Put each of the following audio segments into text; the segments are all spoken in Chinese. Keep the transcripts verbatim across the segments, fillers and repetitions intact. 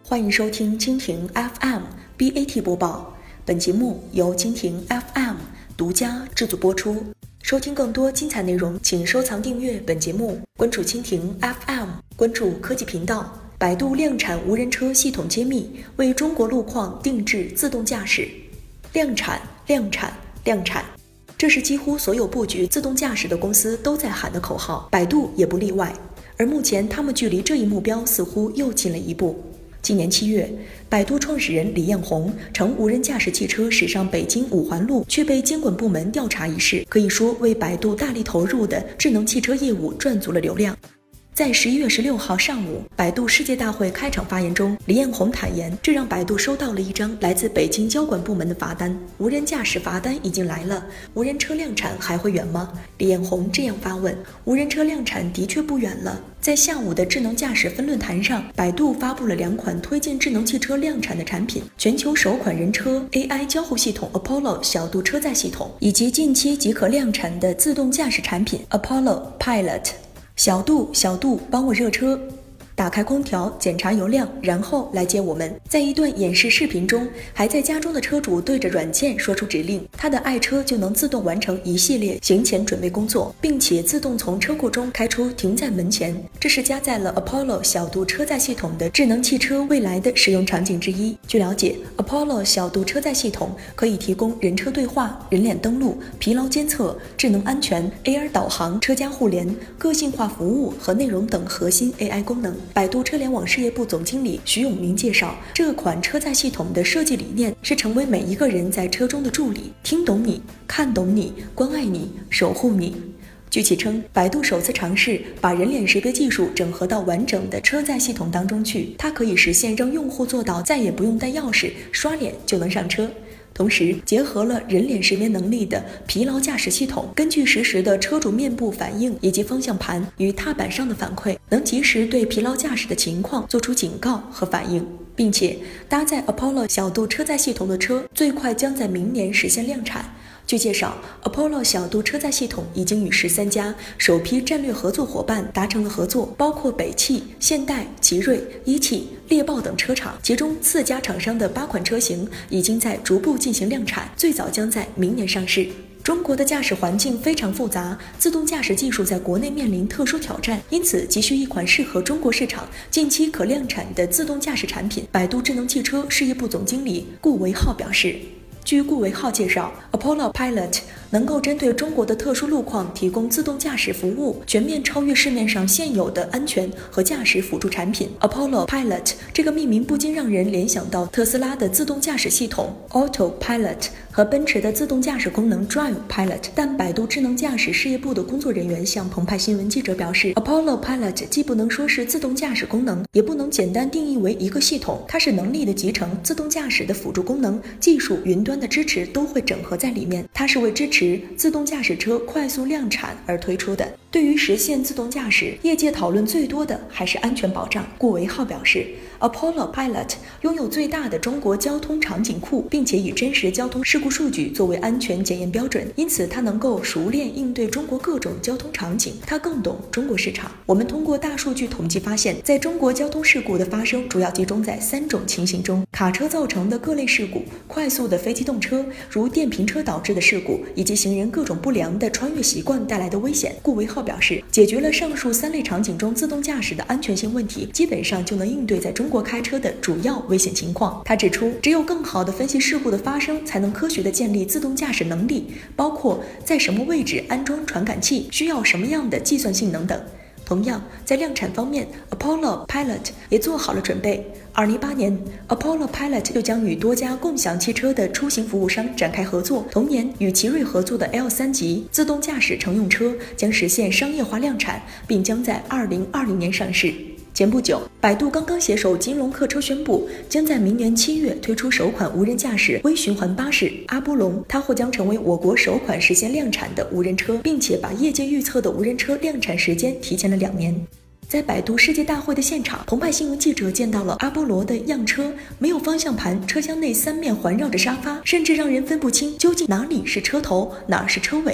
欢迎收听蜻蜓 F M B A T 播报，本节目由蜻蜓 F M 独家制作播出。收听更多精彩内容，请收藏订阅本节目，关注蜻蜓 F M， 关注科技频道。百度量产无人车系统揭秘，为中国路况定制自动驾驶。量产，量产，量产，这是几乎所有布局自动驾驶的公司都在喊的口号，百度也不例外。而目前，他们距离这一目标似乎又近了一步。今年七月，百度创始人李彦宏乘无人驾驶汽车驶上北京五环路，却被监管部门调查一事，可以说为百度大力投入的智能汽车业务赚足了流量。在十一月十六号上午，百度世界大会开场发言中，李彦宏坦言，这让百度收到了一张来自北京交管部门的罚单。无人驾驶罚单已经来了，无人车量产还会远吗？李彦宏这样发问。无人车量产的确不远了。在下午的智能驾驶分论坛上，百度发布了两款推进智能汽车量产的产品：全球首款人车 A I 交互系统 Apollo 小度车载系统，以及近期即可量产的自动驾驶产品 Apollo Pilot。小度，小度，帮我热车。打开空调，检查油量，然后来接我们。在一段演示视频中，还在家中的车主对着软件说出指令，他的爱车就能自动完成一系列行前准备工作，并且自动从车库中开出，停在门前。这是加载了 Apollo 小度车载系统的智能汽车未来的使用场景之一。据了解， Apollo 小度车载系统可以提供人车对话、人脸登录、疲劳监测、智能安全、A R 导航、车家互联、个性化服务和内容等核心 A I 功能。百度车联网事业部总经理徐永明介绍，这款车载系统的设计理念是成为每一个人在车中的助理，听懂你，看懂你，关爱你，守护你。据其称，百度首次尝试把人脸识别技术整合到完整的车载系统当中去，它可以实现让用户做到再也不用带钥匙，刷脸就能上车。同时结合了人脸识别能力的疲劳驾驶系统，根据实时的车主面部反应以及方向盘与踏板上的反馈，能及时对疲劳驾驶的情况做出警告和反应，并且搭载 Apollo 小度车载系统的车最快将在明年实现量产。据介绍， Apollo 小度车载系统已经与十三家首批战略合作伙伴达成了合作，包括北汽、现代、奇瑞、一汽、猎豹等车厂，其中四家厂商的八款车型已经在逐步进行量产，最早将在明年上市。中国的驾驶环境非常复杂，自动驾驶技术在国内面临特殊挑战，因此急需一款适合中国市场、近期可量产的自动驾驶产品。百度智能汽车事业部总经理顾维浩表示，据顾维浩介绍， Apollo Pilot 能够针对中国的特殊路况提供自动驾驶服务，全面超越市面上现有的安全和驾驶辅助产品。 Apollo Pilot 这个命名不禁让人联想到特斯拉的自动驾驶系统 Auto Pilot 和奔驰的自动驾驶功能 Drive Pilot， 但百度智能驾驶事业部的工作人员向澎湃新闻记者表示， Apollo Pilot 既不能说是自动驾驶功能，也不能简单定义为一个系统，它是能力的集成，自动驾驶的辅助功能、技术、云端的支持都会整合在里面，它是为支持自动驾驶车快速量产而推出的。对于实现自动驾驶，业界讨论最多的还是安全保障。顾维浩表示， Apollo Pilot 拥有最大的中国交通场景库，并且以真实交通事故数据作为安全检验标准，因此它能够熟练应对中国各种交通场景，它更懂中国市场。我们通过大数据统计发现，在中国交通事故的发生主要集中在三种情形中：卡车造成的各类事故、快速的非机动车如电瓶车导致的事故，以及行人各种不良的穿越习惯带来的危险。顾维浩表示，解决了上述三类场景中自动驾驶的安全性问题，基本上就能应对在中国开车的主要危险情况。他指出，只有更好地分析事故的发生，才能科学地建立自动驾驶能力，包括在什么位置安装传感器，需要什么样的计算性能等。同样，在量产方面， Apollo Pilot 也做好了准备。二零一八年 Apollo Pilot 就将与多家共享汽车的出行服务商展开合作，同年与奇瑞合作的 L 三 级自动驾驶乘用车将实现商业化量产，并将在二零二零年上市。前不久，百度刚刚携手金龙客车宣布，将在明年七月推出首款无人驾驶微循环巴士阿波龙，它或将成为我国首款实现量产的无人车，并且把业界预测的无人车量产时间提前了两年。在百度世界大会的现场，澎湃新闻记者见到了阿波罗的样车，没有方向盘，车厢内三面环绕着沙发，甚至让人分不清究竟哪里是车头，哪儿是车尾。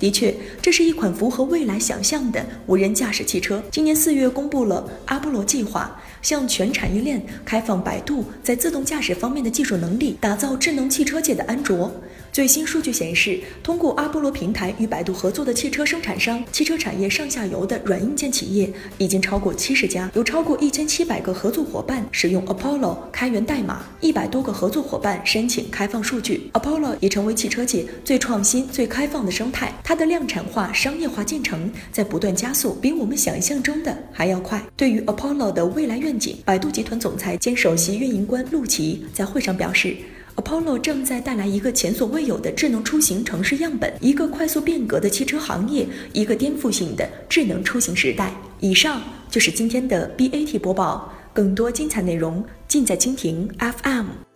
的确，这是一款符合未来想象的无人驾驶汽车。今年四月公布了阿波罗计划，向全产业链开放百度在自动驾驶方面的技术能力，打造智能汽车界的安卓。最新数据显示，通过阿波罗平台与百度合作的汽车生产商、汽车产业上下游的软硬件企业已经超过七十家，有超过一千七百个合作伙伴使用 Apollo 开源代码，一百多个合作伙伴申请开放数据。Apollo 已成为汽车界最创新、最开放的生态，它的量产化、商业化进程在不断加速，比我们想象中的还要快。对于 Apollo 的未来愿景，百度集团总裁兼首席运营官陆琪在会上表示，Apollo 正在带来一个前所未有的智能出行城市样本，一个快速变革的汽车行业，一个颠覆性的智能出行时代。以上就是今天的 B A T 播报，更多精彩内容尽在蜻蜓 F M。